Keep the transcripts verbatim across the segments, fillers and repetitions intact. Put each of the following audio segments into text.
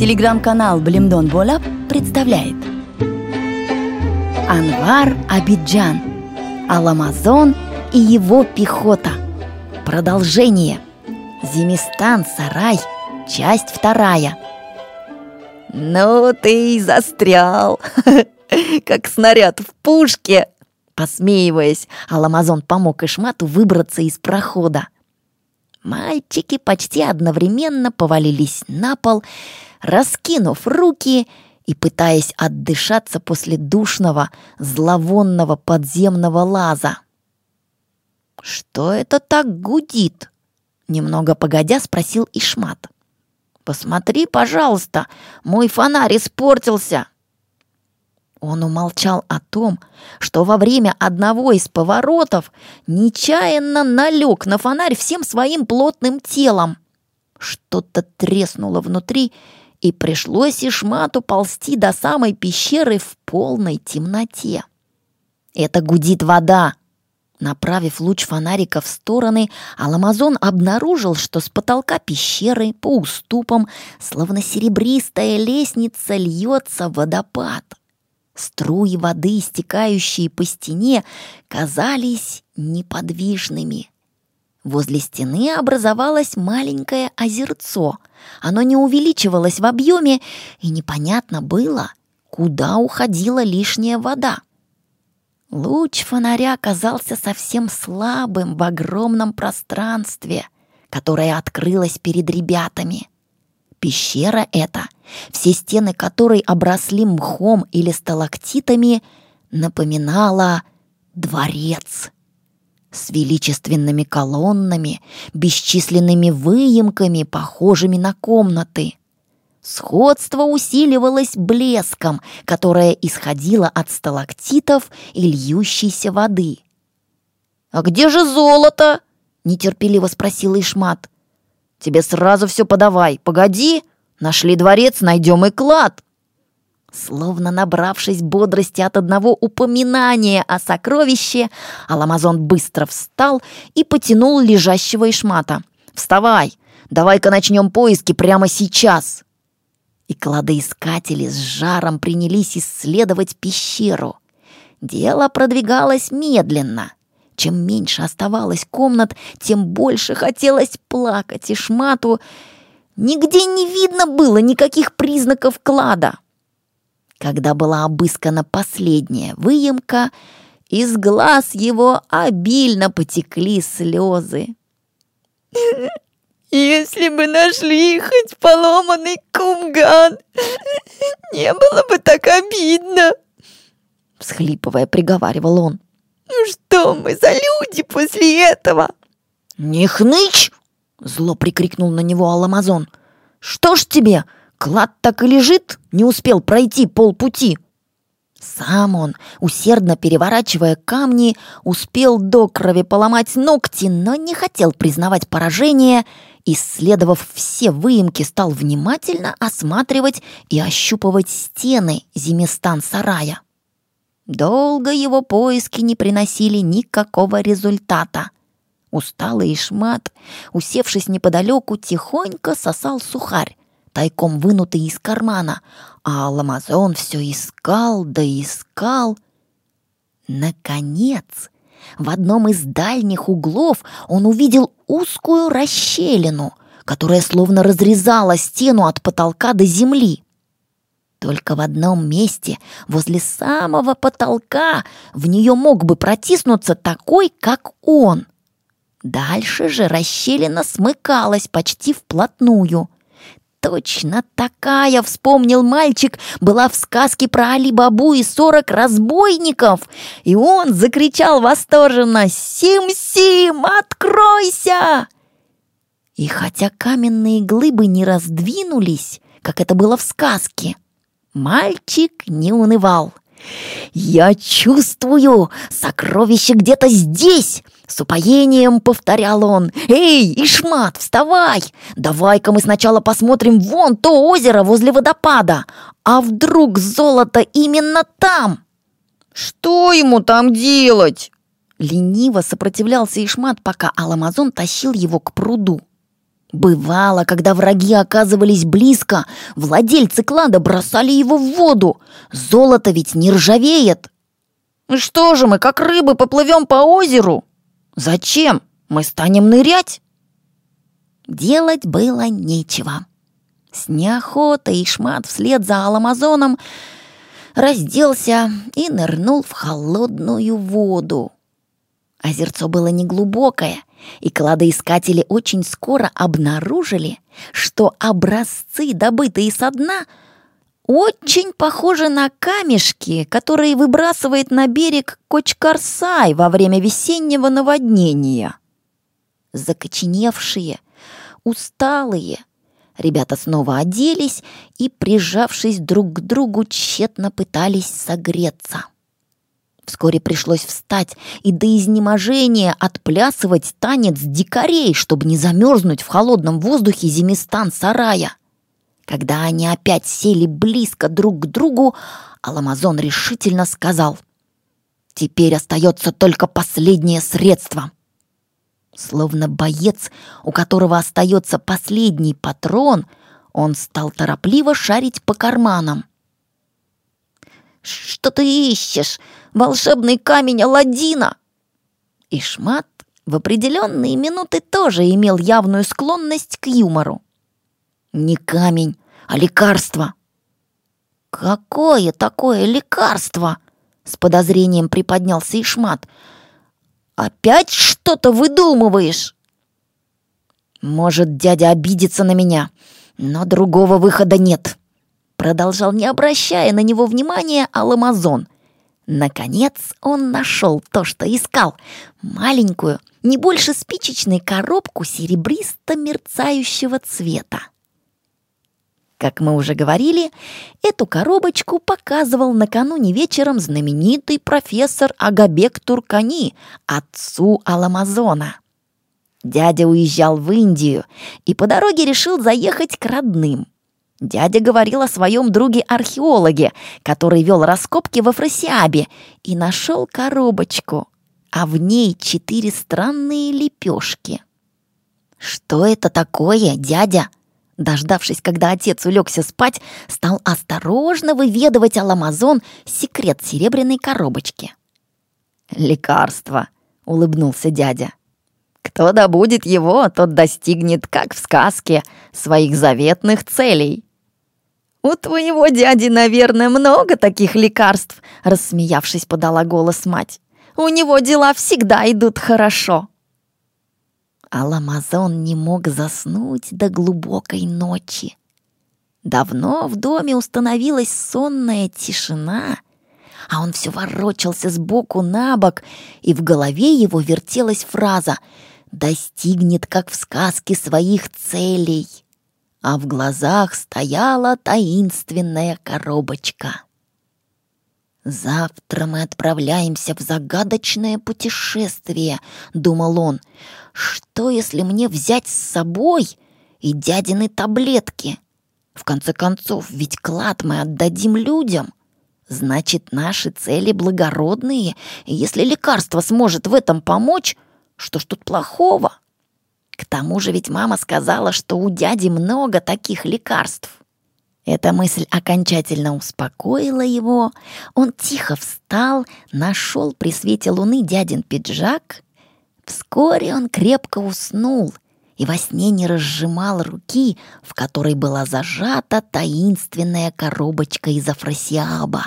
Телеграм-канал Блимдон Болап представляет Анвар Абиджан, Аламазон и его пехота. Продолжение. Зимистан-Сарай, часть вторая. «Ну ты и застрял, как снаряд в пушке!» Посмеиваясь, Аламазон помог Ишмату выбраться из прохода. Мальчики почти одновременно повалились на пол, раскинув руки и пытаясь отдышаться после душного, зловонного подземного лаза. «Что это так гудит?» — немного погодя спросил Ишмат. «Посмотри, пожалуйста, мой фонарь испортился!» Он умолчал о том, что во время одного из поворотов нечаянно налег на фонарь всем своим плотным телом. Что-то треснуло внутри, и пришлось Ишмату ползти до самой пещеры в полной темноте. «Это гудит вода!» Направив луч фонарика в стороны, Аламазон обнаружил, что с потолка пещеры по уступам, словно серебристая лестница, льется водопад. Струи воды, стекающие по стене, казались неподвижными. Возле стены образовалось маленькое озерцо. Оно не увеличивалось в объеме, и непонятно было, куда уходила лишняя вода. Луч фонаря казался совсем слабым в огромном пространстве, которое открылось перед ребятами. Пещера эта, все стены которой обросли мхом или сталактитами, напоминала дворец с величественными колоннами, бесчисленными выемками, похожими на комнаты. Сходство усиливалось блеском, которое исходило от сталактитов и льющейся воды. «А где же золото?» — нетерпеливо спросил Ишмат. «Тебе сразу все подавай. Погоди, нашли дворец, найдем и клад». Словно набравшись бодрости от одного упоминания о сокровище, Аламазон быстро встал и потянул лежащего Ишмата. «Вставай, давай-ка начнем поиски прямо сейчас». И кладоискатели с жаром принялись исследовать пещеру. Дело продвигалось медленно. Чем меньше оставалось комнат, тем больше хотелось плакать Ишмату. Нигде не видно было никаких признаков клада. Когда была обыскана последняя выемка, из глаз его обильно потекли слезы. «Если бы нашли хоть поломанный кумган, не было бы так обидно!» Всхлипывая, приговаривал он. «Что мы за люди после этого?» «Не хнычь!» — зло прикрикнул на него Аламазон. «Что ж тебе, клад так и лежит, не успел пройти полпути?» Сам он, усердно переворачивая камни, успел до крови поломать ногти, но не хотел признавать поражение. Исследовав все выемки, стал внимательно осматривать и ощупывать стены Зимистан-Сарая. Долго его поиски не приносили никакого результата. Усталый Ишмат, усевшись неподалеку, тихонько сосал сухарь, тайком вынутый из кармана, а Аламазон все искал да искал. Наконец, в одном из дальних углов он увидел узкую расщелину, которая словно разрезала стену от потолка до земли. Только в одном месте, возле самого потолка, в нее мог бы протиснуться такой, как он. Дальше же расщелина смыкалась почти вплотную. Точно такая, вспомнил мальчик, была в сказке про Али-Бабу и сорок разбойников. И он закричал восторженно: «Сим-Сим, откройся!» И хотя каменные глыбы не раздвинулись, как это было в сказке, мальчик не унывал. «Я чувствую, сокровище где-то здесь!» С упоением повторял он. «Эй, Ишмат, вставай! Давай-ка мы сначала посмотрим вон то озеро возле водопада. А вдруг золото именно там?» «Что ему там делать?» Лениво сопротивлялся Ишмат, пока Аламазон тащил его к пруду. Бывало, когда враги оказывались близко, владельцы клада бросали его в воду. Золото ведь не ржавеет. Что же мы, как рыбы, поплывем по озеру? Зачем? Мы станем нырять? Делать было нечего. С неохотой Ишмат вслед за Аламазоном разделся и нырнул в холодную воду. Озерцо было неглубокое, и кладоискатели очень скоро обнаружили, что образцы, добытые со дна, очень похожи на камешки, которые выбрасывает на берег Кочкарсай во время весеннего наводнения. Закоченевшие, усталые, ребята снова оделись и, прижавшись друг к другу, тщетно пытались согреться. Вскоре пришлось встать и до изнеможения отплясывать танец дикарей, чтобы не замерзнуть в холодном воздухе Зимистан-сарая. Когда они опять сели близко друг к другу, Аламазон решительно сказал: «Теперь остается только последнее средство». Словно боец, у которого остается последний патрон, он стал торопливо шарить по карманам. «Что ты ищешь? Волшебный камень Аладдина!» Ишмат в определенные минуты тоже имел явную склонность к юмору. «Не камень, а лекарство». «Какое такое лекарство?» — с подозрением приподнялся Ишмат. «Опять что-то выдумываешь?» «Может, дядя обидится на меня, но другого выхода нет», — продолжал, не обращая на него внимания, Аламазон. Наконец он нашел то, что искал — маленькую, не больше спичечной коробку серебристо-мерцающего цвета. Как мы уже говорили, эту коробочку показывал накануне вечером знаменитый профессор Агабек Туркани, отцу Аламазона. Дядя уезжал в Индию и по дороге решил заехать к родным. Дядя говорил о своем друге-археологе, который вел раскопки в Афросиабе, и нашел коробочку, а в ней четыре странные лепешки. «Что это такое, дядя?» Дождавшись, когда отец улегся спать, стал осторожно выведывать Аламазон секрет серебряной коробочки. «Лекарство», — улыбнулся дядя. «Кто добудет его, тот достигнет, как в сказке, своих заветных целей». «У твоего дяди, наверное, много таких лекарств», — рассмеявшись, подала голос мать. «У него дела всегда идут хорошо». Аламазон не мог заснуть до глубокой ночи. Давно в доме установилась сонная тишина, а он все ворочался сбоку на бок, и в голове его вертелась фраза «достигнет, как в сказке, своих целей», а в глазах стояла таинственная коробочка. «Завтра мы отправляемся в загадочное путешествие», — думал он. «Что, если мне взять с собой и дядины таблетки? В конце концов, ведь клад мы отдадим людям. Значит, наши цели благородные, и если лекарство сможет в этом помочь, что ж тут плохого? К тому же ведь мама сказала, что у дяди много таких лекарств». Эта мысль окончательно успокоила его. Он тихо встал, нашел при свете луны дядин пиджак. Вскоре он крепко уснул и во сне не разжимал руки, в которой была зажата таинственная коробочка из Афросиаба.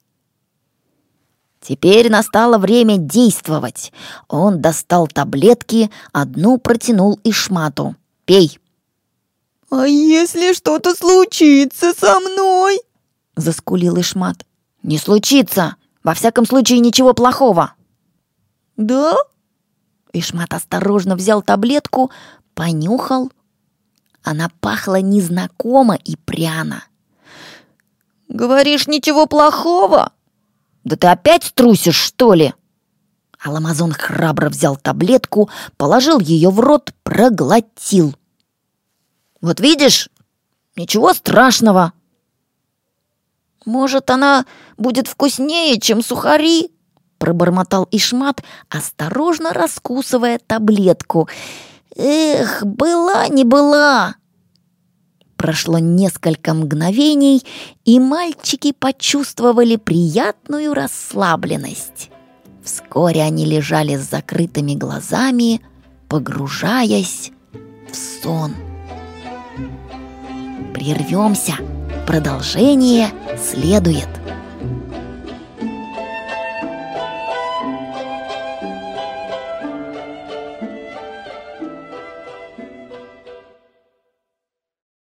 Теперь настало время действовать. Он достал таблетки, одну протянул Ишмату. «Пей». «А если что-то случится со мной?» — заскулил Ишмат. «Не случится! Во всяком случае, ничего плохого!» «Да?» Ишмат осторожно взял таблетку, понюхал. Она пахла незнакомо и пряно. «Говоришь, ничего плохого?» «Да ты опять струсишь, что ли?» Аламазон храбро взял таблетку, положил ее в рот, проглотил. «Вот видишь, ничего страшного». «Может, она будет вкуснее, чем сухари?» — пробормотал Ишмат, осторожно раскусывая таблетку. Эх, была не была. Прошло несколько мгновений, и мальчики почувствовали приятную расслабленность. Вскоре они лежали с закрытыми глазами, погружаясь в сон. Прервемся. Продолжение следует.